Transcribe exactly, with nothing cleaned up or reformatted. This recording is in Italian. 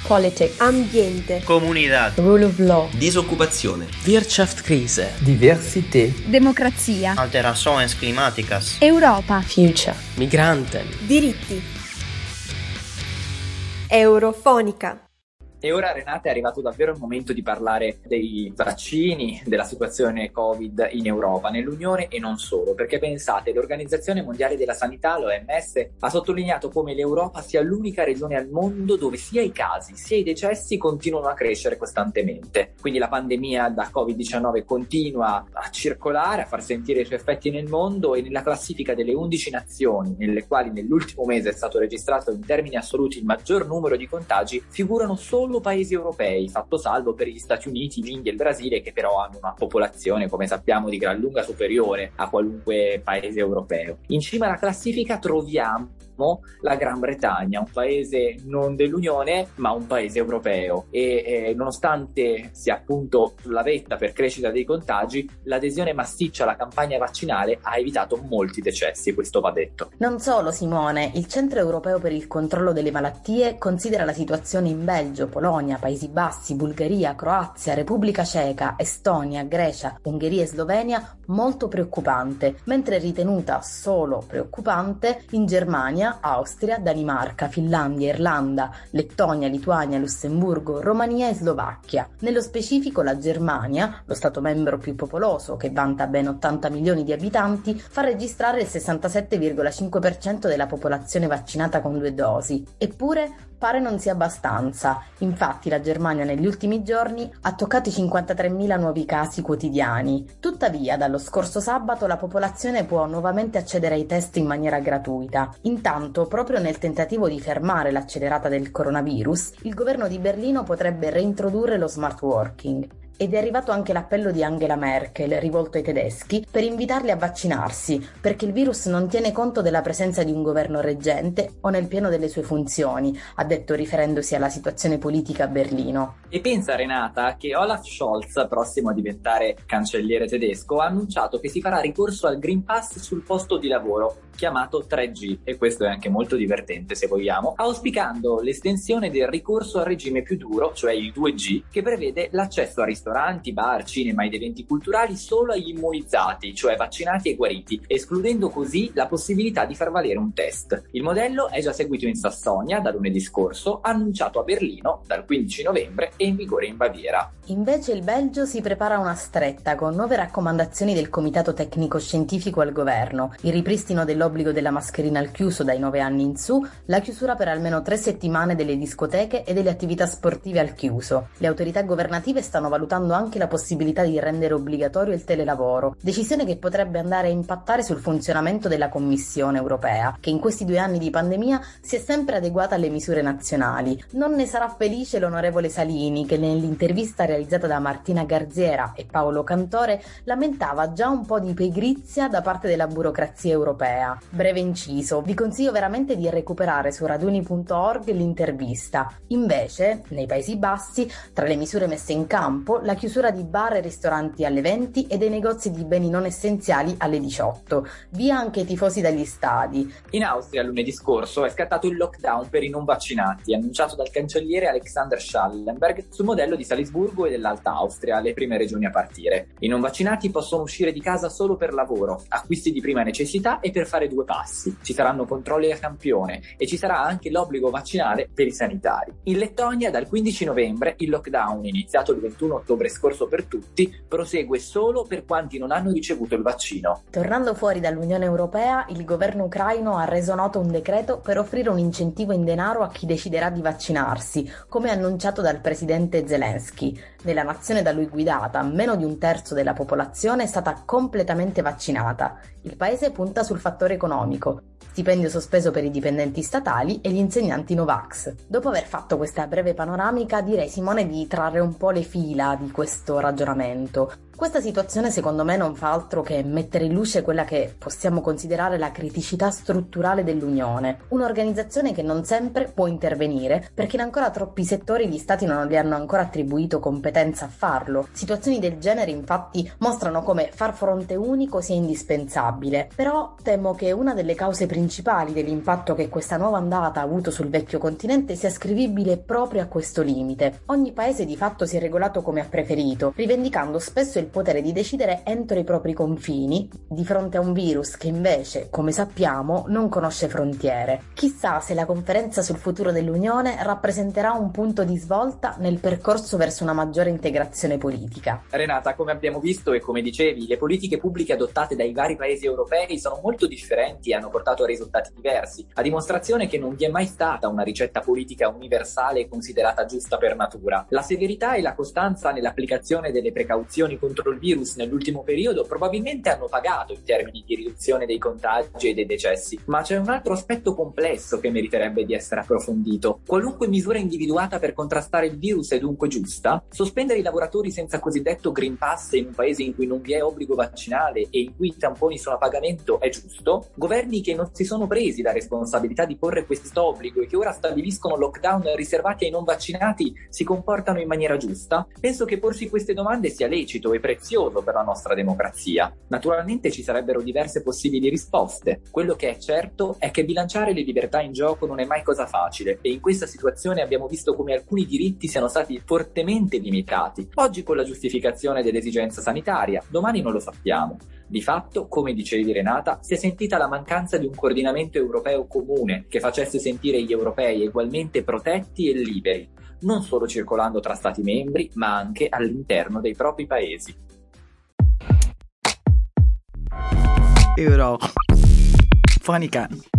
Politik, ambiente, comunità, rule of law, disoccupazione, Wirtschaftskrise, diversità, democrazia, alterações climáticas, Europa, future, migranten, diritti. Eurofonica. E ora, Renata, è arrivato davvero il momento di parlare dei vaccini, della situazione Covid in Europa, nell'Unione e non solo, perché pensate, l'Organizzazione Mondiale della Sanità, l'O M S, ha sottolineato come l'Europa sia l'unica regione al mondo dove sia i casi sia i decessi continuano a crescere costantemente. Quindi la pandemia da covid diciannove continua a circolare, a far sentire i suoi effetti nel mondo, e nella classifica delle undici nazioni nelle quali nell'ultimo mese è stato registrato in termini assoluti il maggior numero di contagi, figurano solo paesi europei, fatto salvo per gli Stati Uniti, l'India e il Brasile, che però hanno una popolazione, come sappiamo, di gran lunga superiore a qualunque paese europeo. In cima alla classifica troviamo la Gran Bretagna, un paese non dell'Unione ma un paese europeo, e eh, nonostante sia appunto sulla vetta per crescita dei contagi, l'adesione massiccia alla campagna vaccinale ha evitato molti decessi, questo va detto. Non solo, Simone, il Centro Europeo per il Controllo delle Malattie considera la situazione in Belgio, Polonia, Paesi Bassi, Bulgaria, Croazia, Repubblica Ceca, Estonia, Grecia, Ungheria e Slovenia molto preoccupante, mentre è ritenuta solo preoccupante in Germania, Austria, Danimarca, Finlandia, Irlanda, Lettonia, Lituania, Lussemburgo, Romania e Slovacchia. Nello specifico la Germania, lo stato membro più popoloso che vanta ben ottanta milioni di abitanti, fa registrare il sessantasette virgola cinque per cento della popolazione vaccinata con due dosi. Eppure pare non sia abbastanza. Infatti la Germania negli ultimi giorni ha toccato i cinquantatremila nuovi casi quotidiani. Tuttavia dallo scorso sabato la popolazione può nuovamente accedere ai test in maniera gratuita. Intanto, proprio nel tentativo di fermare l'accelerata del coronavirus, il governo di Berlino potrebbe reintrodurre lo smart working. Ed è arrivato anche l'appello di Angela Merkel, rivolto ai tedeschi, per invitarli a vaccinarsi, perché il virus non tiene conto della presenza di un governo reggente o nel pieno delle sue funzioni, ha detto riferendosi alla situazione politica a Berlino. E pensa, Renata, che Olaf Scholz, prossimo a diventare cancelliere tedesco, ha annunciato che si farà ricorso al Green Pass sul posto di lavoro, chiamato tre G, e questo è anche molto divertente se vogliamo, auspicando l'estensione del ricorso al regime più duro, cioè il due G, che prevede l'accesso a ristoranti, bar, cinema ed eventi culturali solo agli immunizzati, cioè vaccinati e guariti, escludendo così la possibilità di far valere un test. Il modello è già seguito in Sassonia da lunedì scorso, annunciato a Berlino dal quindici novembre e in vigore in Baviera. Invece il Belgio si prepara una stretta con nuove raccomandazioni del Comitato Tecnico Scientifico al governo, il ripristino dell'obbligo della mascherina al chiuso dai nove anni in su, la chiusura per almeno tre settimane delle discoteche e delle attività sportive al chiuso. Le autorità governative stanno valutando anche la possibilità di rendere obbligatorio il telelavoro, decisione che potrebbe andare a impattare sul funzionamento della Commissione europea, che in questi due anni di pandemia si è sempre adeguata alle misure nazionali. Non ne sarà felice l'onorevole Salini, che nell'intervista realizzata da Martina Garziera e Paolo Cantore lamentava già un po' di pigrizia da parte della burocrazia europea. Breve inciso, vi consiglio veramente di recuperare su raduni punto org l'intervista. Invece, nei Paesi Bassi, tra le misure messe in campo, la chiusura di bar e ristoranti alle venti e dei negozi di beni non essenziali alle diciotto. Via anche i tifosi dagli stadi. In Austria lunedì scorso è scattato il lockdown per i non vaccinati, annunciato dal cancelliere Alexander Schallenberg sul modello di Salisburgo e dell'Alta Austria, le prime regioni a partire. I non vaccinati possono uscire di casa solo per lavoro, acquisti di prima necessità e per fare due passi. Ci saranno controlli a campione e ci sarà anche l'obbligo vaccinale per i sanitari. In Lettonia dal quindici novembre il lockdown, iniziato il ventuno ottobre scorso per tutti, prosegue solo per quanti non hanno ricevuto il vaccino. Tornando fuori dall'Unione Europea, il governo ucraino ha reso noto un decreto per offrire un incentivo in denaro a chi deciderà di vaccinarsi, come annunciato dal presidente Zelensky. Nella nazione da lui guidata, meno di un terzo della popolazione è stata completamente vaccinata. Il paese punta sul fattore economico. Stipendio sospeso per i dipendenti statali e gli insegnanti Novax. Dopo aver fatto questa breve panoramica, direi, Simone, di trarre un po' le fila di questo ragionamento. Questa situazione secondo me non fa altro che mettere in luce quella che possiamo considerare la criticità strutturale dell'Unione, un'organizzazione che non sempre può intervenire perché in ancora troppi settori gli stati non gli hanno ancora attribuito competenza a farlo. Situazioni del genere infatti mostrano come far fronte unico sia indispensabile, però temo che una delle cause principali dell'impatto che questa nuova ondata ha avuto sul vecchio continente sia ascrivibile proprio a questo limite. Ogni paese di fatto si è regolato come ha preferito, rivendicando spesso il potere di decidere entro i propri confini, di fronte a un virus che invece, come sappiamo, non conosce frontiere. Chissà se la conferenza sul futuro dell'Unione rappresenterà un punto di svolta nel percorso verso una maggiore integrazione politica. Renata, come abbiamo visto e come dicevi, le politiche pubbliche adottate dai vari paesi europei sono molto differenti e hanno portato a risultati diversi, a dimostrazione che non vi è mai stata una ricetta politica universale e considerata giusta per natura. La severità e la costanza nell'applicazione delle precauzioni contro il virus nell'ultimo periodo probabilmente hanno pagato in termini di riduzione dei contagi e dei decessi, ma c'è un altro aspetto complesso che meriterebbe di essere approfondito. Qualunque misura individuata per contrastare il virus è dunque giusta? Sospendere i lavoratori senza cosiddetto Green Pass in un paese in cui non vi è obbligo vaccinale e in cui i tamponi sono a pagamento è giusto? Governi che non si sono presi la responsabilità di porre questo obbligo e che ora stabiliscono lockdown riservati ai non vaccinati si comportano in maniera giusta? Penso che porsi queste domande sia lecito e prezioso per la nostra democrazia. Naturalmente ci sarebbero diverse possibili risposte. Quello che è certo è che bilanciare le libertà in gioco non è mai cosa facile e in questa situazione abbiamo visto come alcuni diritti siano stati fortemente limitati. Oggi con la giustificazione dell'esigenza sanitaria, domani non lo sappiamo. Di fatto, come dicevi Renata, si è sentita la mancanza di un coordinamento europeo comune che facesse sentire gli europei ugualmente protetti e liberi, non solo circolando tra stati membri, ma anche all'interno dei propri paesi. Eurofonica.